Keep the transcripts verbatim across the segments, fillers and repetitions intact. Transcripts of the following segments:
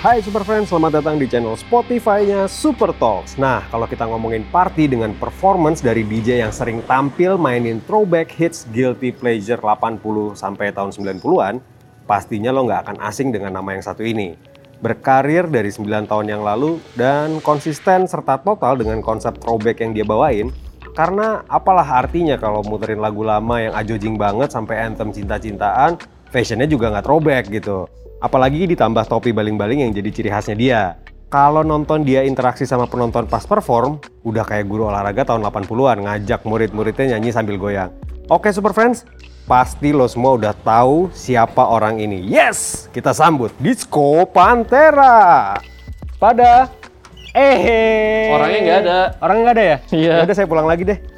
Hai Super Friends, selamat datang di channel Spotify-nya Super Talks. Nah, kalau kita ngomongin party dengan performance dari D J yang sering tampil mainin throwback hits guilty pleasure delapan puluh sampai tahun sembilan puluhan, pastinya lo nggak akan asing dengan nama yang satu ini. Berkarir dari sembilan tahun yang lalu dan konsisten serta total dengan konsep throwback yang dia bawain. Karena apalah artinya kalau muterin lagu lama yang ajojing banget sampai anthem cinta-cintaan, fashionnya juga nggak throwback gitu. Apalagi ditambah topi baling-baling yang jadi ciri khasnya dia. Kalau nonton dia interaksi sama penonton pas perform, udah kayak guru olahraga tahun delapan puluhan, ngajak murid-muridnya nyanyi sambil goyang. Oke Super Friends, pasti lo semua udah tahu siapa orang ini. Yes, kita sambut Disco Pantera. Pada, eh, orangnya nggak ada. Orangnya nggak ada ya? Iya. Ya udah saya pulang lagi deh.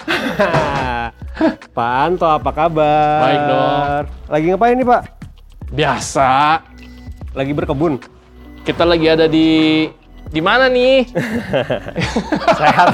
Pak Anto, apa kabar? Baik dong. Lagi ngapain nih Pak? Biasa. Lagi berkebun. Kita lagi ada di di mana nih? Sehat.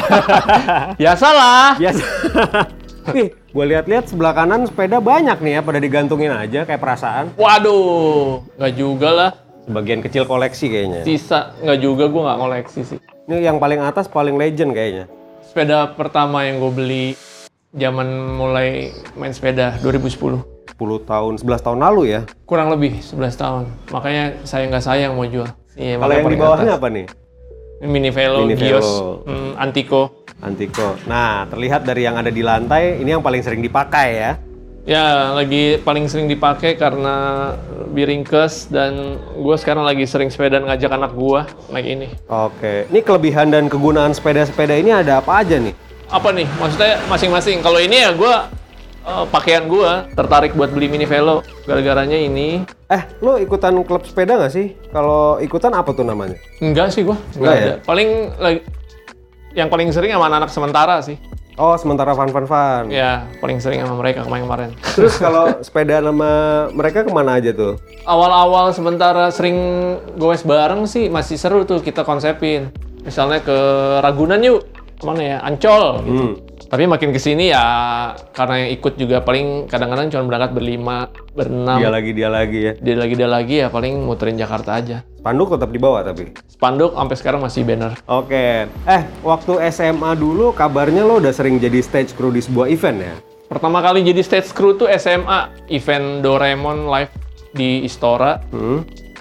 Biasalah. Biasa. Wih, gue lihat-lihat sebelah kanan sepeda banyak nih ya, pada digantungin aja kayak perasaan. Waduh, nggak juga lah. Sebagian kecil koleksi kayaknya. Sisa nggak juga, gue nggak koleksi sih. Ini yang paling atas paling legend kayaknya. Sepeda pertama yang gue beli zaman mulai main sepeda dua ribu sepuluh. sepuluh tahun, sebelas tahun lalu ya? Kurang lebih sebelas tahun. Makanya saya nggak sayang mau jual. Iya, kalau yang di bawahnya apa nih? Mini Velo, Mini Gios, Velo. hmm, Antico. Antico. Nah, terlihat dari yang ada di lantai, ini yang paling sering dipakai ya? Ya, lagi paling sering dipakai karena biringkes dan gue sekarang lagi sering sepeda ngajak anak gue naik ini. Oke. Ini kelebihan dan kegunaan sepeda-sepeda ini ada apa aja nih? Apa nih? Maksudnya masing-masing. Kalau ini ya gue uh, pakaian gue tertarik buat beli Mini Velo. Gara-garanya ini. Eh, lo ikutan klub sepeda nggak sih? Kalau ikutan apa tuh namanya? Enggak sih gue. Enggak ya? Ada. Paling lagi yang paling sering sama anak-anak sementara sih. Oh, sementara fun-fun-fun. Ya, paling sering sama mereka kemarin-kemarin. Terus kalau sepeda sama mereka kemana aja tuh? Awal-awal sementara sering goes bareng sih masih seru tuh kita konsepin. Misalnya ke Ragunan yuk, kemana ya? Ancol gitu. Hmm. Tapi makin kesini ya karena yang ikut juga paling kadang-kadang cuma berangkat berlima, berenam. Dia lagi, dia lagi ya? Dia lagi, dia lagi ya paling muterin Jakarta aja. Spanduk tetap dibawa tapi? Spanduk sampai sekarang masih banner. Oke. Eh, waktu S M A dulu kabarnya lo udah sering jadi stage crew di sebuah event ya? Pertama kali jadi stage crew tuh S M A, event Doraemon live di Istora. Hmm.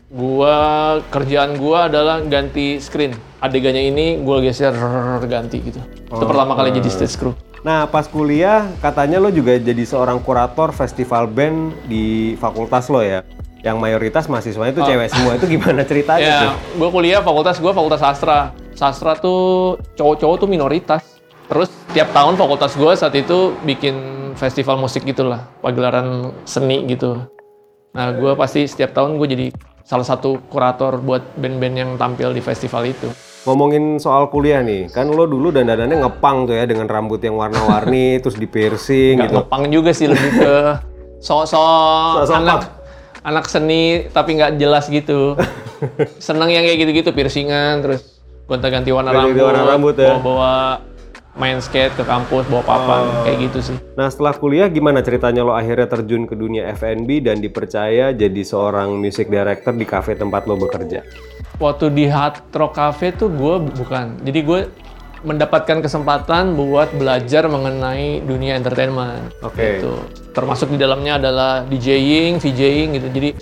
Gua, kerjaan gua adalah ganti screen. Adegannya ini gua geser, ganti gitu. Oh, itu pertama kali uh. jadi stage crew. Nah, pas kuliah katanya lo juga jadi seorang kurator festival band di fakultas lo ya? Yang mayoritas mahasiswanya itu oh. cewek semua. Itu gimana ceritanya Ya, tuh? gua kuliah fakultas gua fakultas sastra. Sastra tuh cowok-cowok tuh minoritas. Terus tiap tahun fakultas gua saat itu bikin festival musik gitulah, pagelaran seni gitu. Nah, gua pasti setiap tahun gua jadi salah satu kurator buat band-band yang tampil di festival itu. Ngomongin soal kuliah nih, kan lo dulu dandanannya ngepang tuh ya dengan rambut yang warna-warni, terus di piercing Nggak gitu. ngepang juga sih, lebih ke sok-sok Sok-sok anak anak seni tapi nggak jelas gitu. Seneng yang kayak gitu-gitu, piercingan, terus gonta-ganti warna Ganti rambut, warna rambut ya. bawa-bawa main skate ke kampus, bawa papan, Oh. kayak gitu sih. Nah, setelah kuliah gimana ceritanya lo akhirnya terjun ke dunia F and B dan dipercaya jadi seorang music director di kafe tempat lo bekerja? Waktu di Hard Rock Cafe tuh gue bukan. Jadi gue mendapatkan kesempatan buat belajar mengenai dunia entertainment. Oke. Gitu. Termasuk di dalamnya adalah DJing, VJing gitu. Jadi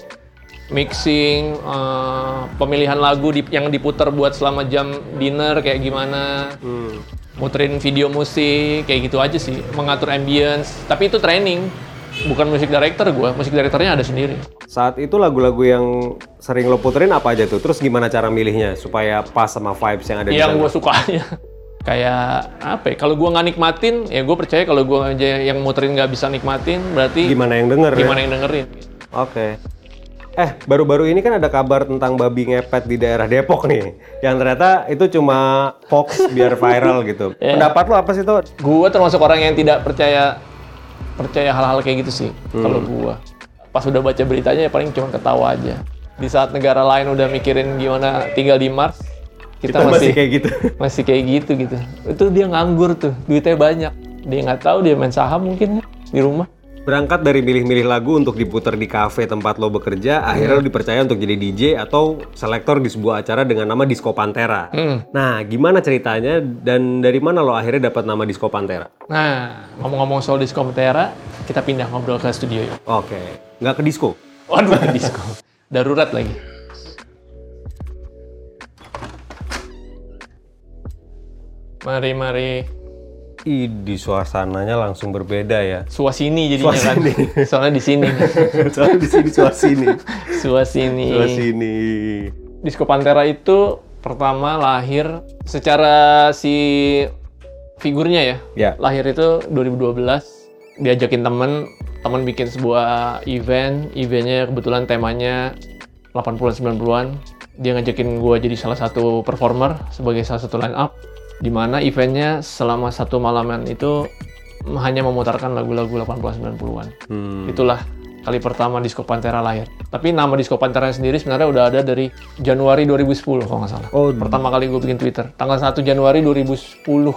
mixing, uh, pemilihan lagu di, yang diputar buat selama jam dinner kayak gimana. Hmm. Muterin video musik, kayak gitu aja sih. Mengatur ambience. Tapi itu training. Bukan music director gue, music directornya ada sendiri. Saat itu lagu-lagu yang sering lo puterin apa aja tuh? Terus gimana cara milihnya supaya pas sama vibes yang ada di sana? Yang gue sukanya. Kayak apa ya, kalau gue nggak nikmatin, ya gue percaya kalau gue aja yang muterin nggak bisa nikmatin, berarti Gimana yang denger gimana ya? yang dengerin. Oke. Eh, baru-baru ini kan ada kabar tentang babi ngepet di daerah Depok nih. Yang ternyata itu cuma hoax biar viral gitu. Yeah. Pendapat lo apa sih tuh? Gue termasuk orang yang tidak percaya percaya hal-hal kayak gitu sih. Hmm. Kalau gue pas udah baca beritanya ya paling cuma ketawa aja. Di saat negara lain udah mikirin gimana tinggal di Mars, kita, Kita masih, masih kayak gitu. masih kayak gitu gitu. Itu dia nganggur tuh, duitnya banyak. Dia nggak tahu dia main saham mungkin ya, di rumah. Berangkat dari milih-milih lagu untuk diputar di kafe tempat lo bekerja, akhirnya lo dipercaya untuk jadi D J atau selektor di sebuah acara dengan nama Disco Pantera. Hmm. Nah, gimana ceritanya dan dari mana lo akhirnya dapat nama Disco Pantera? Nah, ngomong-ngomong soal Disco Pantera, kita pindah ngobrol ke studio yuk. Oke, nggak ke disco? Waduh, ke disco. Darurat lagi. Mari, mari. Ih, di suasananya langsung berbeda ya. Suasini jadinya Suasini. kan. Soalnya di sini. Soalnya di sini suasini. Suasini. Suasini. Disco Pantera itu pertama lahir secara si figurnya ya. Ya. Lahir itu dua ribu dua belas. Diajakin temen, temen bikin sebuah event. Eventnya kebetulan temanya delapan puluhan sembilan puluhan. Dia ngajakin gue jadi salah satu performer sebagai salah satu line up. Di mana eventnya selama satu malaman itu hanya memutarkan lagu-lagu delapan puluhan sembilan puluhan. Hmm. Itulah kali pertama Disco Pantera lahir. Tapi nama Disco Pantera sendiri sebenarnya udah ada dari Januari dua ribu sepuluh kalau nggak salah. Oh, Pertama kali gue bikin Twitter. Tanggal satu Januari dua ribu sepuluh.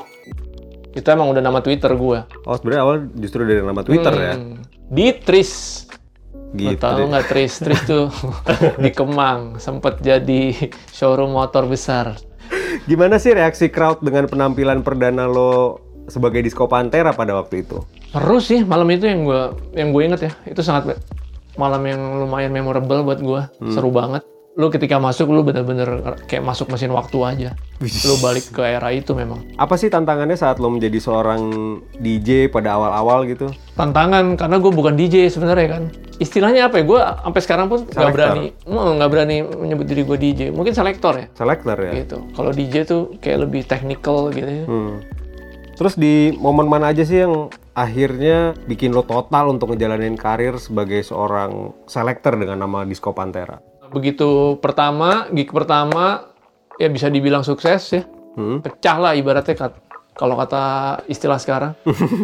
Itu emang udah nama Twitter gue. Oh, sebenarnya awal justru dari nama Twitter Hmm. ya. Di Tris. Gitu. Lo tau deh. nggak Tris? Tris tuh di Kemang. Sempet jadi showroom motor besar. Gimana sih reaksi crowd dengan penampilan perdana lo sebagai Disco Pantera pada waktu itu? Seru sih malam itu yang gue yang gue inget ya. Itu sangat me- malam yang lumayan memorable buat gue. Hmm. Seru banget. Lu ketika masuk lu bener-bener kayak masuk mesin waktu aja. Lu balik ke era itu memang. Apa sih tantangannya saat lo menjadi seorang D J pada awal-awal gitu? Tantangan karena gue bukan D J sebenarnya kan. Istilahnya apa ya? Gue sampai sekarang pun nggak Selektor. berani, nggak berani menyebut diri gue D J. Mungkin selektor ya. Selektor ya? Gitu. Kalau D J tuh kayak lebih technical gitu ya. Hmm. Terus di momen mana aja sih yang akhirnya bikin lo total untuk ngejalanin karir sebagai seorang selektor dengan nama Disco Pantera? Begitu pertama, gig pertama, ya bisa dibilang sukses ya. Hmm? Pecah lah ibaratnya kat- kalau kata istilah sekarang.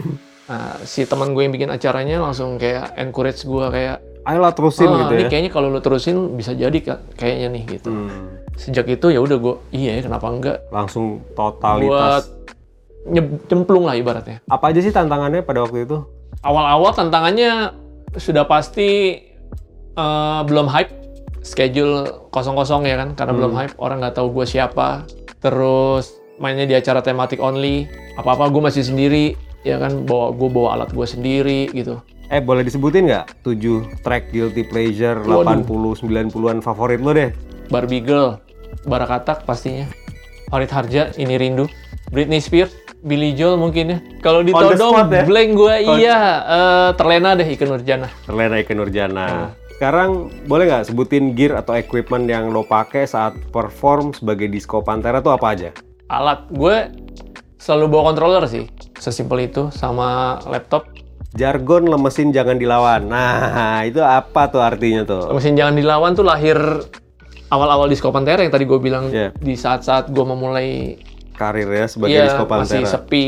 Nah, si teman gue yang bikin acaranya langsung kayak encourage gue kayak, Ayolah terusin "Ah, gitu ini ya? kayaknya kalau lo terusin bisa jadi Kak, kayaknya nih gitu." Hmm. Sejak itu ya udah gue, iya ya kenapa enggak? Langsung Buat totalitas. nye- jemplung lah ibaratnya. Apa aja sih tantangannya pada waktu itu? Awal-awal tantangannya sudah pasti eh, belum hype, schedule kosong-kosong ya kan, karena Hmm. belum hype, orang nggak tahu gue siapa. Terus mainnya di acara tematik only, apa-apa gue masih sendiri, ya kan, bawa gue bawa alat gue sendiri gitu. Eh, boleh disebutin nggak tujuh track Guilty Pleasure Waduh. delapan puluh sembilan puluhan favorit lo deh? Barbie Girl, Barakatak pastinya, Farid Harja, Ini Rindu, Britney Spears, Billy Joel mungkin ya. Kalau On the ditodong spot ya? blank gue, On- iya, eh, terlena deh Ikke Nurjanah. Terlena Ikke Nurjana. Hmm. Sekarang boleh nggak sebutin gear atau equipment yang lo pakai saat perform sebagai Disco Pantera tuh apa aja? Alat gue selalu bawa controller sih, sesimpel itu, sama laptop. Jargon lemesin jangan dilawan. Nah, itu apa tuh artinya tuh? Mesin Jangan Dilawan tuh lahir awal-awal Disco Pantera yang tadi gue bilang, Iya. di saat-saat gue memulai Karirnya sebagai iya, Disco masih Pantera. sepi.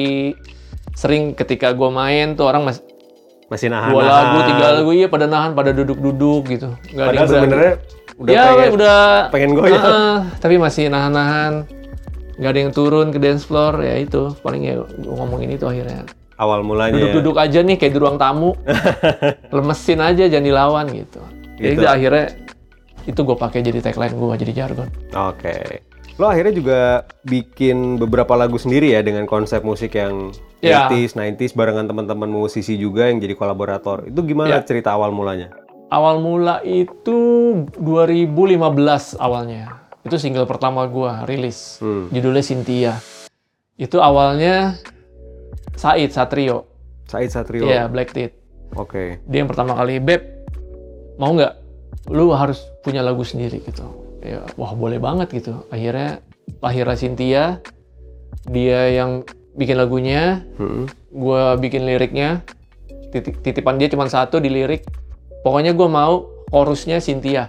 Sering ketika gue main tuh orang masih Masih nahan. dua lagu, tiga lagu, iya pada nahan, pada duduk-duduk gitu. Nggak ada Padahal yang berani. sebenarnya udah ya, pengen, udah pengen goyang. Heeh, tapi masih nahan-nahan. Nggak ada yang turun ke dance floor, ya itu. Paling ya gue ngomongin itu akhirnya. Awal mulanya. ya. Duduk-duduk aja nih kayak di ruang tamu. Lemesin aja, jangan dilawan gitu. Jadi Gitu. akhirnya itu gue pakai jadi tagline gue, jadi jargon. Oke. Lo akhirnya juga bikin beberapa lagu sendiri ya dengan konsep musik yang Ya. delapan puluh, sembilan puluh barengan teman-teman musisi juga yang jadi kolaborator. Itu gimana Ya. cerita awal mulanya? Awal mula itu dua ribu lima belas awalnya. Itu single pertama gue rilis. Hmm. Judulnya Cynthia. Itu awalnya Said Satrio. Said Satrio. Iya, Black Teeth. Oke. Dia yang pertama kali, "Beb, mau nggak? Lu harus punya lagu sendiri," gitu. Ya, wah boleh banget gitu. Akhirnya lahirlah Cynthia. Dia yang bikin lagunya, Hmm. gue bikin liriknya. Titi- Titipan dia cuma satu di lirik. Pokoknya gue mau chorusnya Cynthia.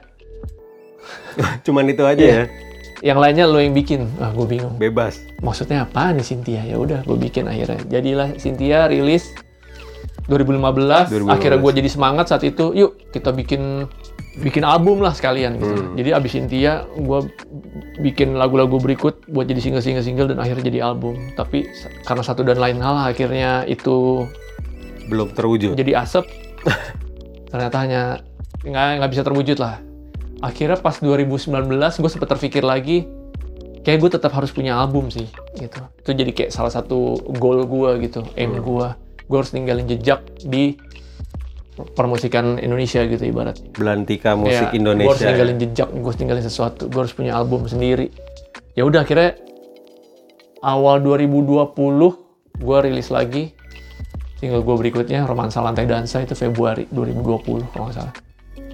Cuman itu aja Iya. ya. Yang lainnya lo yang bikin. Ah, gue bingung. Bebas. Maksudnya apa nih Cynthia? Ya udah, gue bikin akhirnya. Jadilah Cynthia, rilis dua ribu lima belas. dua ribu lima belas. Akhirnya gue jadi semangat saat itu. Yuk kita bikin bikin album lah sekalian gitu. Hmm. Jadi abis Cynthia, gue bikin lagu-lagu berikut buat jadi single-single-single dan akhirnya jadi album. Tapi sa- karena satu dan lain hal, akhirnya itu Belum terwujud. jadi asap. Ternyata hanya nggak nggak bisa terwujud lah. Akhirnya pas dua ribu sembilan belas gue sempat terpikir lagi, kayak gue tetap harus punya album sih, gitu. Itu jadi kayak salah satu goal gue gitu, aim Hmm. gue. Gue harus ninggalin jejak di permusikan Indonesia gitu ibaratnya. Belantika musik Ya, Indonesia. gue harus ninggalin jejak, gue harus ninggalin sesuatu, gue harus punya album sendiri. Ya udah akhirnya awal dua ribu dua puluh gue rilis lagi single gue berikutnya, Romansa Lantai Dansa, itu Februari dua ribu dua puluh kalau nggak salah.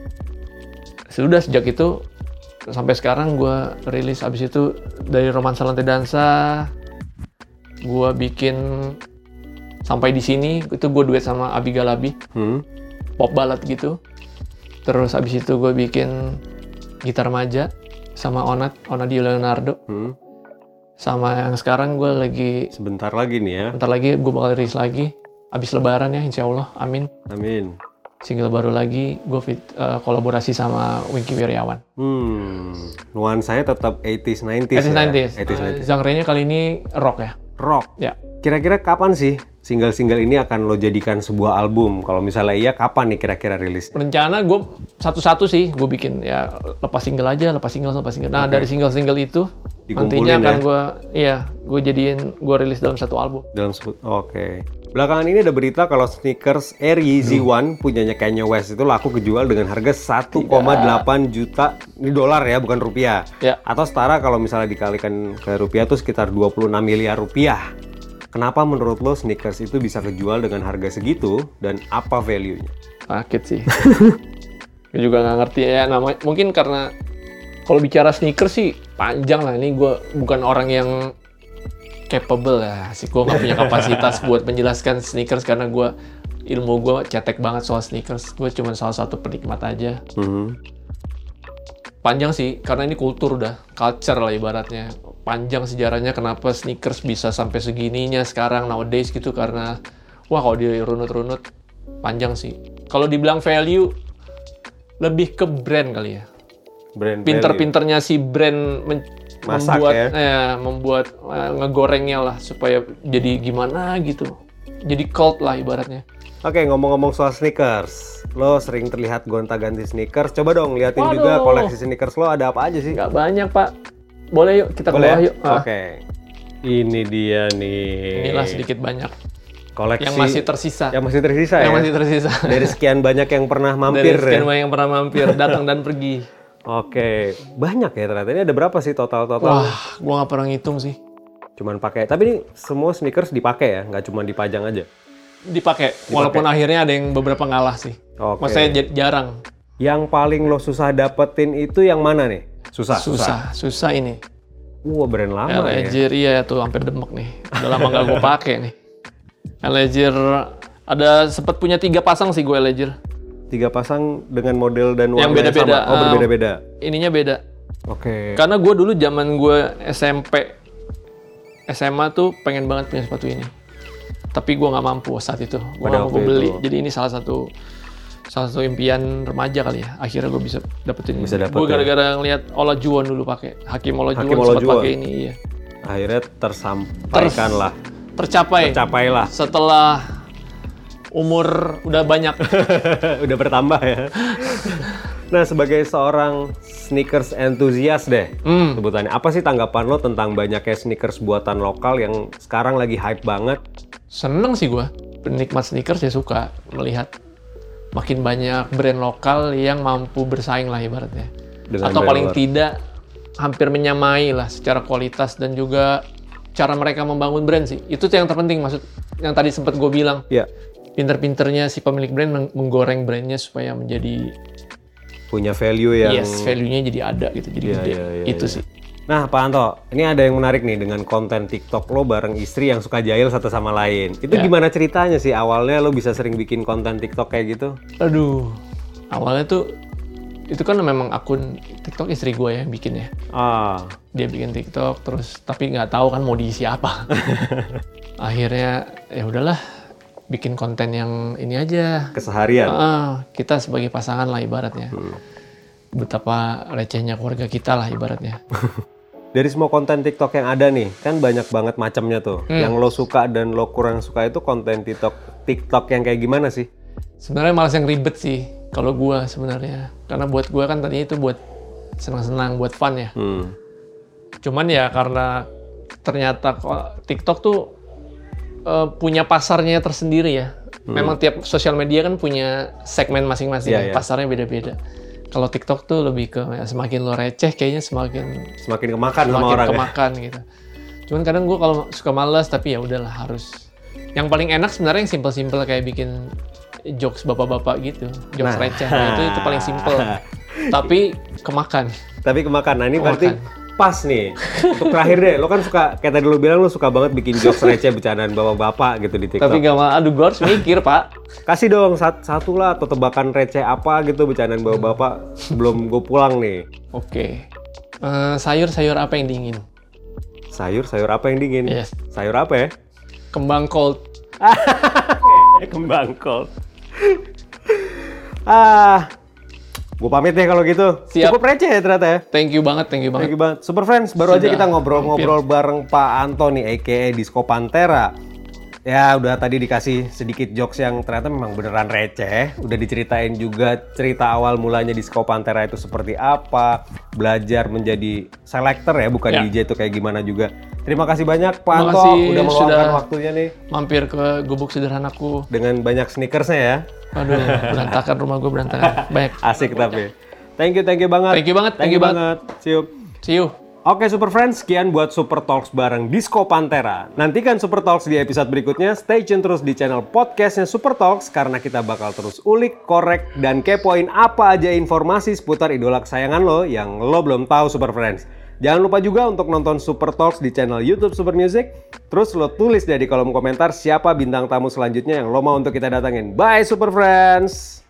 Sudah sejak itu sampai sekarang gue rilis. Abis itu dari Romansa Lantai Dansa gue bikin Sampai di Sini, itu gue duet sama Abi Galabi, Hmm. pop ballad gitu. Terus abis itu gue bikin Gitar Remaja sama Onat, Onadio Leonardo. Hmm. Sama yang sekarang gue lagi, Sebentar lagi nih ya. bentar lagi gue bakal rilis lagi. Abis lebaran ya, insya Allah, amin. Amin. Single baru lagi, gue fit, uh, kolaborasi sama Wingky Wiryawan. Hmm. Nuansanya tetap delapan puluh sembilan puluh eighties ya? nineties. delapan puluh sembilan puluh. Uh, genre-nya kali ini rock ya. Rock. Ya. Kira-kira kapan sih single-single ini akan lo jadikan sebuah album? Kalau misalnya iya, kapan nih kira-kira rilis? Rencana gue satu-satu sih, gue bikin ya lepas single aja, lepas single, lepas single. Nah, Oke. dari single-single itu, Dikumpulin nantinya akan ya? gue, iya, gue jadiin, gue rilis dalam satu album. Dalam sebut. Oke. Belakangan ini ada berita kalau sneakers Air Yeezy One punyanya Kanye West itu laku kejual dengan harga satu koma delapan juta, ini dolar ya, bukan rupiah. Ya. Atau setara kalau misalnya dikalikan ke rupiah itu sekitar dua puluh enam miliar rupiah. Kenapa menurut lo sneakers itu bisa kejual dengan harga segitu dan apa value-nya? Sakit sih. Gue juga nggak ngerti ya, namanya mungkin karena kalau bicara sneakers sih panjang lah. Ini gue bukan orang yang capable ya, sih gue nggak punya kapasitas buat menjelaskan sneakers karena gue ilmu gue cetek banget soal sneakers. Gue cuma salah satu penikmat aja. Mhm. Panjang sih, karena ini kultur udah, culture lah ibaratnya. Panjang sejarahnya kenapa sneakers bisa sampai segininya sekarang nowadays gitu, karena wah kalau dia runut-runut panjang sih. Kalau dibilang value lebih ke brand kali ya. Brand value. Pinter-pinternya si brand men- Masak membuat ya. eh, membuat eh, ngegorengnya lah supaya jadi gimana gitu. Jadi cult lah ibaratnya. Oke, ngomong-ngomong soal sneakers, lo sering terlihat gonta-ganti sneakers. Coba dong liatin Waduh. juga koleksi sneakers lo ada apa aja sih? Nggak banyak, Pak. Boleh yuk kita ke Boleh bawah ya? yuk. Ah, Oke. Ini dia nih. Inilah sedikit banyak koleksi yang masih tersisa. yang masih tersisa yang ya. masih tersisa. Dari sekian banyak yang pernah mampir Dari sekian ya. banyak yang pernah mampir, datang dan pergi. Oke, banyak ya ternyata. Ini ada berapa sih total-total? Wah, gua nggak pernah ngitung sih. Cuman pakai. Tapi ini semua sneakers dipakai ya, nggak cuma dipajang aja. Dipakai, walaupun akhirnya ada yang beberapa ngalah sih. Oke. Maksudnya j- jarang. Yang paling lo susah dapetin itu yang mana nih? Susah. Susah, susah ini. Wah, brand lama ya. Ledger, iya tuh hampir demek nih. Udah lama nggak gue pakai nih. Ledger ada sempat punya tiga pasang sih gue Ledger. Tiga pasang dengan model dan warna Yang beda-beda. sama. Oh, Ah, berbeda-beda. Ininya beda. Oke. Karena gue dulu zaman gue S M P, S M A tuh pengen banget punya sepatu ini. Tapi gue nggak mampu saat itu. Gue Pada nggak mampu waktu beli. itu. Jadi ini salah satu salah satu impian remaja kali ya. Akhirnya gue bisa dapetin ini. Bisa dapet Gue ya. gara-gara ngeliat Olajuwon dulu pakai. Hakim Olajuwon Hakim sempat Olajuwon. pakai ini. Iya. Akhirnya tersampaikan lah. Tercapai. Tercapailah. Setelah umur udah banyak. Udah bertambah ya. Nah, sebagai seorang sneakers enthusiast deh, Hmm. sebutannya. Apa sih tanggapan lo tentang banyaknya sneakers buatan lokal yang sekarang lagi hype banget? Seneng sih gue. Penikmat sneakers ya suka melihat makin banyak brand lokal yang mampu bersaing lah ibaratnya. Dengan Atau brand paling luar. tidak hampir menyamai lah secara kualitas dan juga cara mereka membangun brand sih. Itu tuh yang terpenting, maksud yang tadi sempat gue bilang. Ya, Pinter-pinternya si pemilik brand meng- menggoreng brandnya supaya menjadi punya value yang... yes, value-nya jadi ada gitu, jadi Iya, gede. iya, iya, Itu iya. sih. Nah, Pak Anto, ini ada yang menarik nih dengan konten TikTok lo bareng istri yang suka jahil satu sama lain. Itu Ya. gimana ceritanya sih? Awalnya lo bisa sering bikin konten TikTok kayak gitu? Aduh, awalnya tuh itu kan memang akun TikTok istri gue ya yang bikin ya. Ah, Dia bikin TikTok terus tapi nggak tahu kan mau diisi apa. Akhirnya ya udahlah bikin konten yang ini aja. keseharian. Ah, kita sebagai pasangan lah ibaratnya. Betapa recehnya keluarga kita lah ibaratnya. Dari semua konten TikTok yang ada nih, kan banyak banget macamnya tuh. Hmm. Yang lo suka dan lo kurang suka itu konten TikTok TikTok yang kayak gimana sih? Sebenarnya malas yang ribet sih kalau gua sebenarnya. Karena buat gua kan tadinya itu buat senang-senang, buat fun ya. Hmm. Cuman ya karena ternyata kok TikTok tuh uh, punya pasarnya tersendiri ya. Hmm. Memang tiap sosial media kan punya segmen masing-masing, yeah, yeah. pasarnya beda-beda. Kalau TikTok tuh lebih ke ya, semakin lo receh kayaknya semakin semakin kemakan semakin sama orang kemakan ya? Gitu. Cuman kadang gue kalau suka malas tapi ya udahlah harus. Yang paling enak sebenarnya yang simple-simple kayak bikin jokes bapak-bapak gitu, jokes nah. receh. Nah, itu itu paling simple. Tapi kemakan. Tapi kemakan. Nah ini kemakan. berarti pas nih. Untuk terakhir deh, lo kan suka kayak tadi lo bilang lo suka banget bikin jokes receh bercandaan bapak-bapak gitu di TikTok. Tapi gak mau, aduh gue harus mikir pak. Kasih dong sat, satu lah atau tebakan receh apa gitu bercandaan bapak-bapak sebelum gue pulang nih. Oke. Uh, sayur-sayur apa yang dingin? Sayur-sayur apa yang dingin? Yes. Sayur apa ya? Kembang cold. Kembang cold. ah, gue pamit deh kalau gitu. Siap. Cukup receh ya ternyata ya. Thank you banget, thank you banget. Thank you banget. Super Friends, baru Sudah aja kita ngobrol-ngobrol bareng Pak Antoni, a k a. Disco Pantera. Ya udah tadi dikasih sedikit jokes yang ternyata memang beneran receh. Udah diceritain juga cerita awal mulanya Disco Pantera itu seperti apa. Belajar menjadi selector ya, bukan ya. D J itu kayak gimana juga. Terima kasih banyak Pak Anto udah meluangkan waktunya nih. Mampir ke Gubuk Sederhanaku. Dengan banyak sneakersnya ya. Aduh, berantakan rumah gue berantakan. Banyak. Asik tapi. Thank you, thank you banget. Thank you banget, thank, thank you banget. banget. See you. See you. Oke Super Friends, sekian buat Super Talks bareng Disco Pantera. Nantikan Super Talks di episode berikutnya. Stay tune terus di channel podcastnya Super Talks karena kita bakal terus ulik, korek, dan kepoin apa aja informasi seputar idola kesayangan lo yang lo belum tahu Super Friends. Jangan lupa juga untuk nonton Super Talks di channel YouTube Super Music. Terus lo tulis deh di kolom komentar siapa bintang tamu selanjutnya yang lo mau untuk kita datangin. Bye Super Friends!